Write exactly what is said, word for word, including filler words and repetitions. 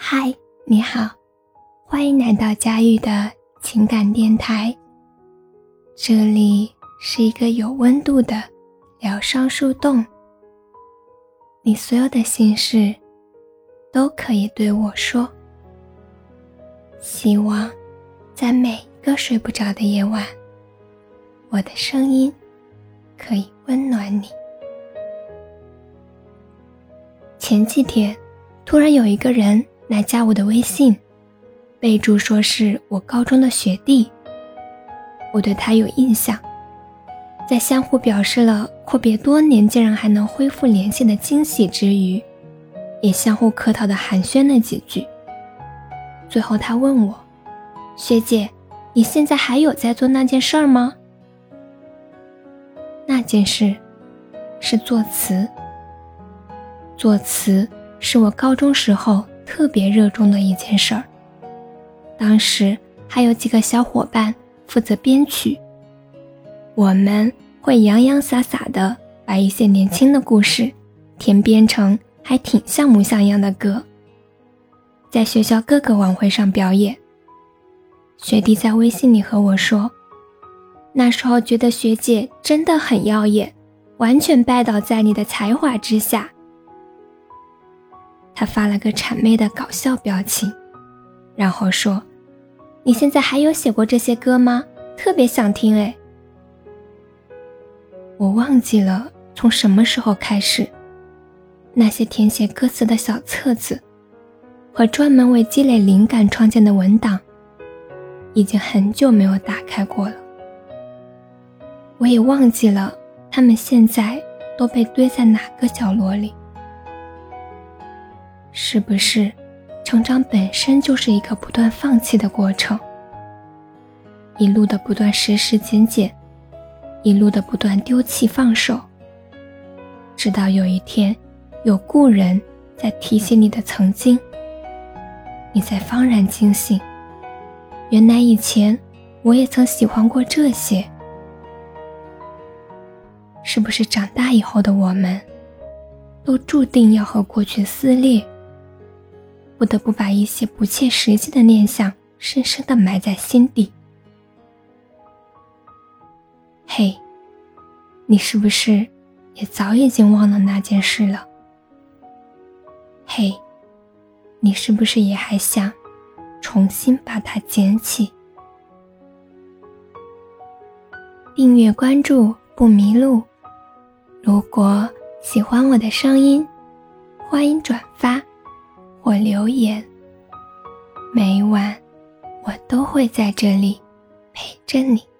嗨，你好，欢迎来到佳玉的情感电台。这里是一个有温度的疗伤树洞，你所有的心事都可以对我说。希望在每一个睡不着的夜晚，我的声音可以温暖你。前几天突然有一个人来加我的微信，备注说是我高中的学弟。我对他有印象，在相互表示了阔别多年竟然还能恢复联系的惊喜之余，也相互客套地寒暄了几句。最后他问我，学姐，你现在还有在做那件事儿吗？那件事是作词。作词是我高中时候特别热衷的一件事儿，当时还有几个小伙伴负责编曲，我们会洋洋洒洒地把一些年轻的故事填编成还挺像模像样的歌，在学校各个晚会上表演。学弟在微信里和我说，那时候觉得学姐真的很耀眼，完全拜倒在你的才华之下。他发了个谄媚的搞笑表情，然后说，你现在还有写过这些歌吗？特别想听诶。我忘记了从什么时候开始，那些填写歌词的小册子和专门为积累灵感创建的文档已经很久没有打开过了。我也忘记了它们现在都被堆在哪个角落里。是不是成长本身就是一个不断放弃的过程，一路的不断拾拾捡捡，一路的不断丢弃放手，直到有一天有故人在提起你的曾经，你才幡然惊醒，原来以前我也曾喜欢过这些。是不是长大以后的我们都注定要和过去撕裂，不得不把一些不切实际的念想深深地埋在心底。嘿，你是不是也早已经忘了那件事了？嘿，你是不是也还想重新把它捡起？订阅关注不迷路。如果喜欢我的声音，欢迎转发或留言，每晚我都会在这里陪着你。